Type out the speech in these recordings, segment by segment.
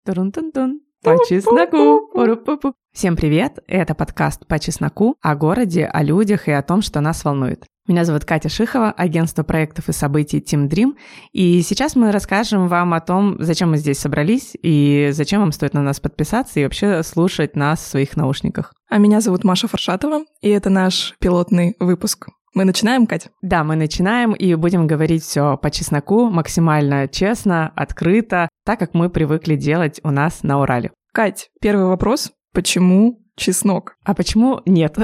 Турун-тун-тун. По чесноку. Пу-ру-пу-пу. Всем привет, это подкаст «По чесноку» о городе, о людях и о том, что нас волнует. Меня зовут Катя Шихова, агентство проектов и событий Team Dream, и сейчас мы расскажем вам о том, зачем мы здесь собрались и зачем вам стоит на нас подписаться и вообще слушать нас в своих наушниках. А меня зовут Маша Фаршатова, и это наш пилотный выпуск. Мы начинаем, Кать? Да, мы начинаем и будем говорить все по чесноку, максимально честно, открыто, так как мы привыкли делать у нас на Урале. Кать, первый вопрос. Почему чеснок? А почему нет?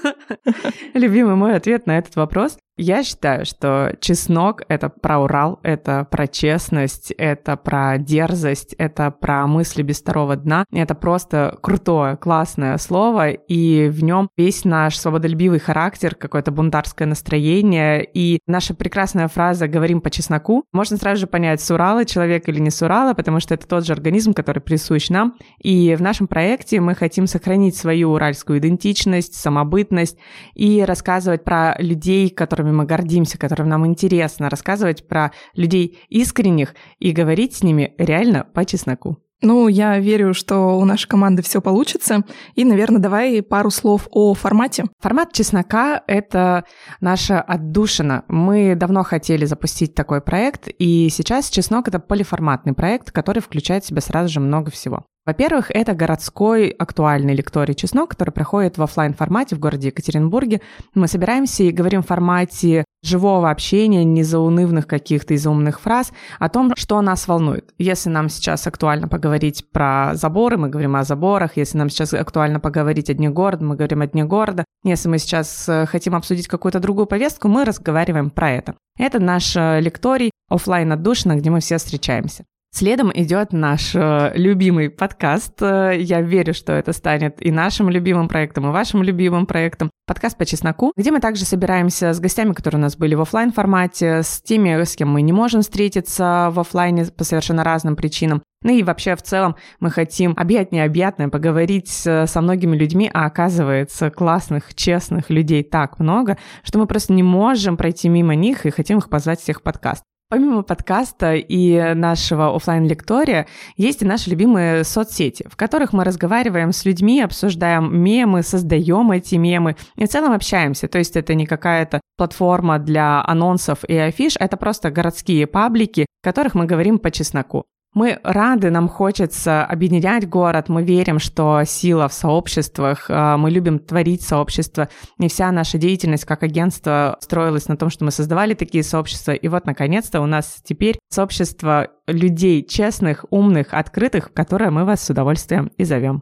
Любимый мой ответ на этот вопрос. Я считаю, что чеснок — это про Урал, это про честность, это про дерзость, это про мысли без второго дна. Это просто крутое, классное слово, и в нем весь наш свободолюбивый характер, какое-то бунтарское настроение. И наша прекрасная фраза «говорим по чесноку» можно сразу же понять, с Урала человек или не с Урала, потому что это тот же организм, который присущ нам. И в нашем проекте мы хотим сохранить свою уральскую идентичность, самобытность и рассказывать про людей, которыми мы гордимся, которым нам интересно, рассказывать про людей искренних и говорить с ними реально по чесноку. Ну, я верю, что у нашей команды все получится. И, наверное, давай пару слов о формате. Формат чеснока — это наша отдушина. Мы давно хотели запустить такой проект, и сейчас чеснок — это полиформатный проект, который включает в себя сразу же много всего. Во-первых, это городской актуальный лекторий «Чеснок», который проходит в офлайн-формате в городе Екатеринбурге. Мы собираемся и говорим в формате живого общения, не заунывных каких-то и заумных фраз, о том, что нас волнует. Если нам сейчас актуально поговорить про заборы, мы говорим о заборах. Если нам сейчас актуально поговорить о Дне города, мы говорим о Дне города. Если мы сейчас хотим обсудить какую-то другую повестку, мы разговариваем про это. Это наш лекторий офлайн-отдушина, где мы все встречаемся. Следом идет наш любимый подкаст. Я верю, что это станет и нашим любимым проектом, и вашим любимым проектом. Подкаст по чесноку, где мы также собираемся с гостями, которые у нас были в офлайн формате, с теми, с кем мы не можем встретиться в офлайне по совершенно разным причинам. Ну и вообще в целом мы хотим объять необъятное, поговорить со многими людьми, а оказывается классных, честных людей так много, что мы просто не можем пройти мимо них и хотим их позвать всех в подкаст. Помимо подкаста и нашего офлайн-лектория, есть и наши любимые соцсети, в которых мы разговариваем с людьми, обсуждаем мемы, создаем эти мемы и в целом общаемся. То есть это не какая-то платформа для анонсов и афиш, это просто городские паблики, в которых мы говорим по чесноку. Мы рады, нам хочется объединять город, мы верим, что сила в сообществах, мы любим творить сообщества, и вся наша деятельность как агентство строилась на том, что мы создавали такие сообщества, и вот, наконец-то, у нас теперь сообщество людей честных, умных, открытых, в которое мы вас с удовольствием и зовем.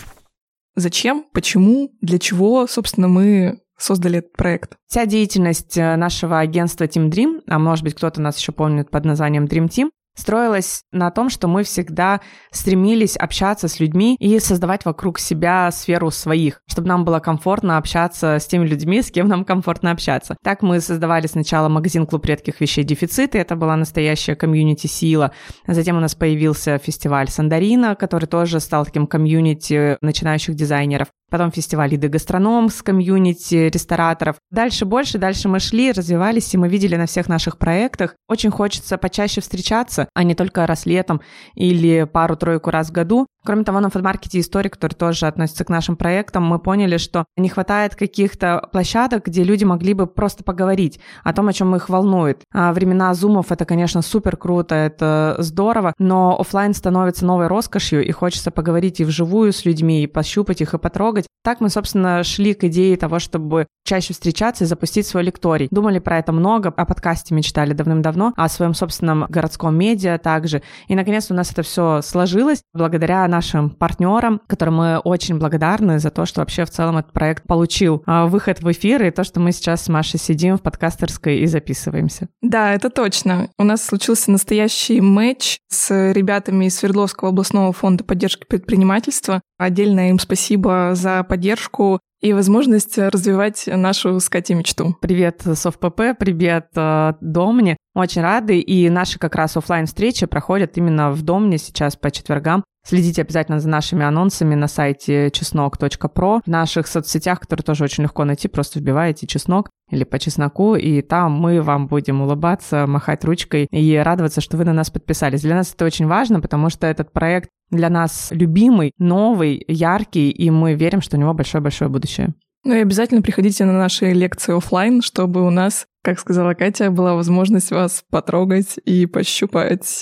Зачем, почему, для чего, собственно, мы создали этот проект? Вся деятельность нашего агентства Team Dream, а может быть, кто-то нас еще помнит под названием Dream Team, строилась на том, что мы всегда стремились общаться с людьми и создавать вокруг себя сферу своих, чтобы нам было комфортно общаться с теми людьми, с кем нам комфортно общаться. Так мы создавали сначала магазин «Клуб редких вещей Дефициты», это была настоящая комьюнити-сила. Затем у нас появился фестиваль «Сандарина», который тоже стал таким комьюнити начинающих дизайнеров. Потом фестиваль «Иды Гастроном» с комьюнити рестораторов. Дальше больше, дальше мы шли, развивались, и мы видели на всех наших проектах. Очень хочется почаще встречаться, а не только раз летом или пару-тройку раз в году. Кроме того, на фудмаркете «История», который тоже относится к нашим проектам, мы поняли, что не хватает каких-то площадок, где люди могли бы просто поговорить о том, о чем их волнует. А времена зумов — это, конечно, супер круто, это здорово, но офлайн становится новой роскошью, и хочется поговорить и вживую с людьми, и пощупать их, и потрогать. Так мы, собственно, шли к идее того, чтобы чаще встречаться и запустить свой лекторий. Думали про это много, о подкасте мечтали давным-давно, о своем собственном городском медиа также. И, наконец, у нас это все сложилось благодаря нашим партнерам, которым мы очень благодарны за то, что вообще в целом этот проект получил выход в эфир, и то, что мы сейчас с Машей сидим в подкастерской и записываемся. Да, это точно. У нас случился настоящий матч с ребятами из Свердловского областного фонда поддержки предпринимательства. Отдельное им спасибо за поддержку и возможность развивать нашу с Катей мечту. Привет, СовПП, привет, Домни. Очень рады, и наши как раз офлайн встречи проходят именно в Домне сейчас по четвергам Следите обязательно за нашими анонсами на сайте чеснок.про, в наших соцсетях, которые тоже очень легко найти, просто вбиваете «Чеснок» или «По чесноку», и там мы вам будем улыбаться, махать ручкой и радоваться, что вы на нас подписались. Для нас это очень важно, потому что этот проект для нас любимый, новый, яркий, и мы верим, что у него большое-большое будущее. Ну и обязательно приходите на наши лекции офлайн, чтобы у нас, как сказала Катя, была возможность вас потрогать и пощупать.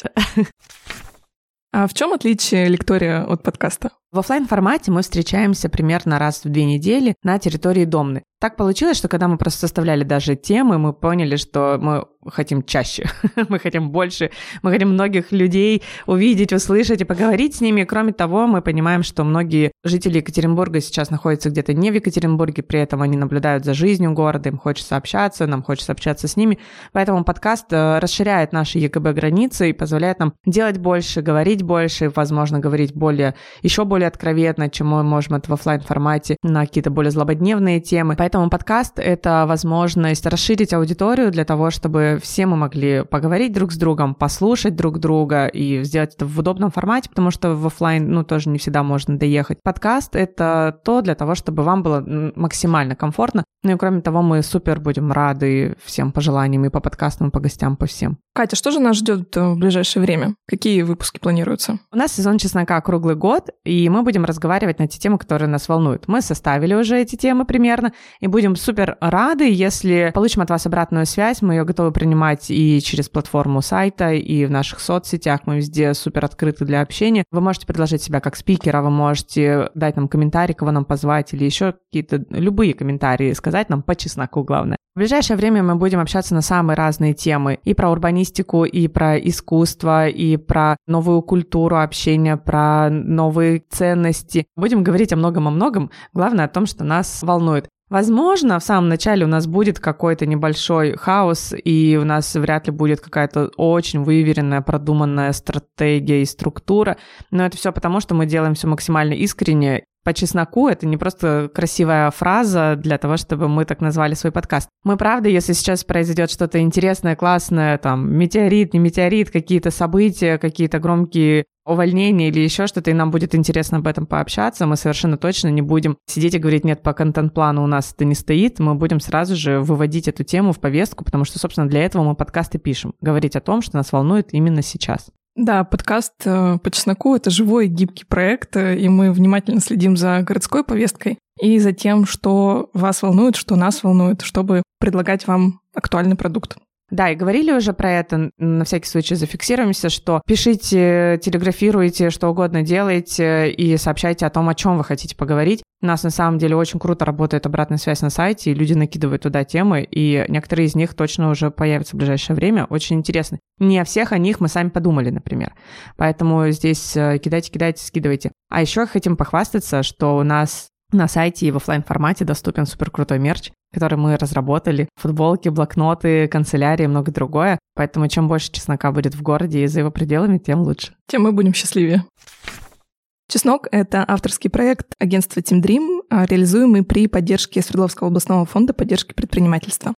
А в чем отличие лектория от подкаста? В офлайн-формате мы встречаемся примерно раз в 2 недели на территории Домны. Так получилось, что когда мы просто составляли даже темы, мы поняли, что мы хотим чаще, мы хотим больше, мы хотим многих людей увидеть, услышать и поговорить с ними. Кроме того, мы понимаем, что многие жители Екатеринбурга сейчас находятся где-то не в Екатеринбурге, при этом они наблюдают за жизнью города, им хочется общаться, нам хочется общаться с ними. Поэтому подкаст расширяет наши ЕКБ-границы и позволяет нам делать больше, говорить больше, возможно, говорить еще более откровенно, чем мы можем это в офлайн-формате на какие-то более злободневные темы. Поэтому подкаст — это возможность расширить аудиторию для того, чтобы все мы могли поговорить друг с другом, послушать друг друга и сделать это в удобном формате, потому что в офлайн, тоже не всегда можно доехать. Подкаст — это то для того, чтобы вам было максимально комфортно. Ну и кроме того, мы супер будем рады всем пожеланиям и по подкастам, и по гостям, по всем. Катя, что же нас ждет в ближайшее время? Какие выпуски планируются? У нас сезон чеснока круглый год, и мы будем разговаривать на те темы, которые нас волнуют. Мы составили уже эти темы примерно, и будем супер рады, если получим от вас обратную связь. Мы ее готовы принимать и через платформу сайта, и в наших соцсетях. Мы везде супер открыты для общения. Вы можете предложить себя как спикера, вы можете дать нам комментарий, кого нам позвать, или еще какие-то любые комментарии сказать нам по чесноку, главное. В ближайшее время мы будем общаться на самые разные темы. И про урбанистику, и про искусство, и про новую культуру общения, про новые ценности. Будем говорить о многом. Главное о том, что нас волнует. Возможно, в самом начале у нас будет какой-то небольшой хаос, и у нас вряд ли будет какая-то очень выверенная, продуманная стратегия и структура. Но это все потому, что мы делаем все максимально искренне. По чесноку — это не просто красивая фраза для того, чтобы мы так назвали свой подкаст. Мы, правда, если сейчас произойдет что-то интересное, классное, там, метеорит, не метеорит, какие-то события, какие-то громкие увольнения или еще что-то, и нам будет интересно об этом пообщаться, мы совершенно точно не будем сидеть и говорить: нет, по контент-плану у нас это не стоит, мы будем сразу же выводить эту тему в повестку, потому что, собственно, для этого мы подкасты пишем, говорить о том, что нас волнует именно сейчас. Да, подкаст «По чесноку» — это живой, гибкий проект, и мы внимательно следим за городской повесткой и за тем, что вас волнует, что нас волнует, чтобы предлагать вам актуальный продукт. Да, и говорили уже про это, на всякий случай зафиксируемся, что пишите, телеграфируйте, что угодно делайте и сообщайте о том, о чем вы хотите поговорить. У нас на самом деле очень круто работает обратная связь на сайте, и люди накидывают туда темы, и некоторые из них точно уже появятся в ближайшее время. Очень интересно. Не о всех о них мы сами подумали, например. Поэтому здесь кидайте, скидывайте. А еще хотим похвастаться, что у нас на сайте и в офлайн-формате доступен суперкрутой мерч, который мы разработали. Футболки, блокноты, канцелярии и многое другое. Поэтому чем больше чеснока будет в городе и за его пределами, тем лучше. Тем мы будем счастливее. «Чеснок» — это авторский проект агентства Team Dream, реализуемый при поддержке Свердловского областного фонда поддержки предпринимательства.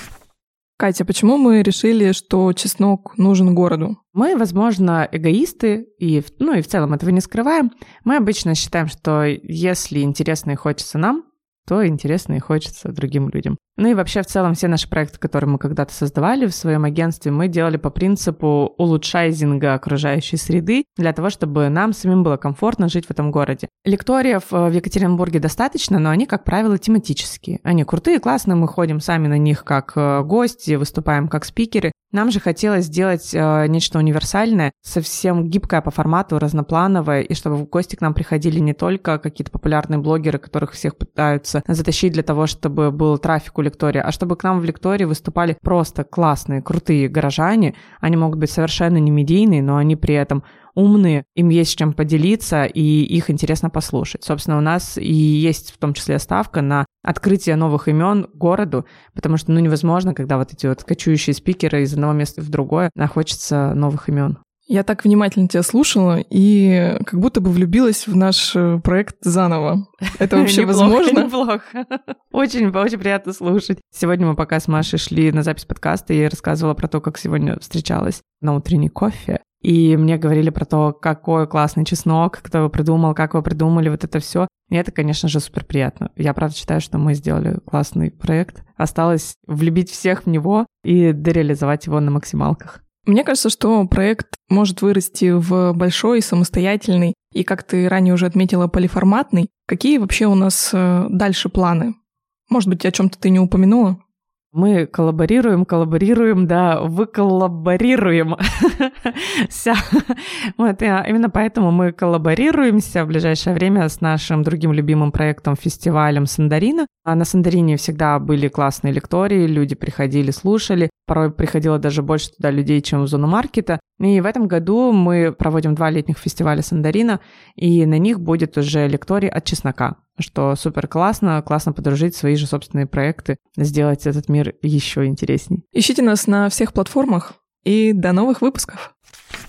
Катя, почему мы решили, что чеснок нужен городу? Мы, возможно, эгоисты, и в целом этого не скрываем. Мы обычно считаем, что если интересно и хочется нам, то интересно и хочется другим людям. Ну и вообще в целом все наши проекты, которые мы когда-то создавали в своем агентстве, мы делали по принципу улучшайзинга окружающей среды для того, чтобы нам самим было комфортно жить в этом городе. Лекториев в Екатеринбурге достаточно, но они, как правило, тематические. Они крутые, классные, мы ходим сами на них как гости, выступаем как спикеры. Нам же хотелось сделать нечто универсальное, совсем гибкое по формату, разноплановое, и чтобы в гости к нам приходили не только какие-то популярные блогеры, которых всех пытаются затащить для того, чтобы был трафик у лектория, а чтобы к нам в лектории выступали просто классные, крутые горожане. Они могут быть совершенно не медийные, но они при этом умные, им есть чем поделиться, и их интересно послушать. Собственно, у нас и есть в том числе ставка на открытие новых имен городу, потому что невозможно, когда вот эти вот кочующие спикеры из одного места в другое, а хочется новых имен. Я так внимательно тебя слушала и как будто бы влюбилась в наш проект заново. Это вообще возможно? Неплохо. Очень приятно слушать. Сегодня мы пока с Машей шли на запись подкаста, я ей рассказывала про то, как сегодня встречалась на утренний кофе и мне говорили про то, какой классный чеснок, кто его придумал, как вы придумали, вот это все. И это, конечно же, супер приятно. Я, правда, считаю, что мы сделали классный проект. Осталось влюбить всех в него и дореализовать его на максималках. Мне кажется, что проект может вырасти в большой, самостоятельный и, как ты ранее уже отметила, полиформатный. Какие вообще у нас дальше планы? Может быть, о чем-то ты не упомянула? Мы коллаборируем, да, выколлаборируем. Вот, именно поэтому мы коллаборируемся в ближайшее время с нашим другим любимым проектом, фестивалем Сандарина. А на Сандарине всегда были классные лектории, люди приходили, слушали. Порой приходило даже больше туда людей, чем в зону маркета. И в этом году мы проводим 2 летних фестиваля Сандарина, и на них будет уже лекторий от чеснока, что супер классно подружить свои же собственные проекты, сделать этот мир еще интересней. Ищите нас на всех платформах, и до новых выпусков!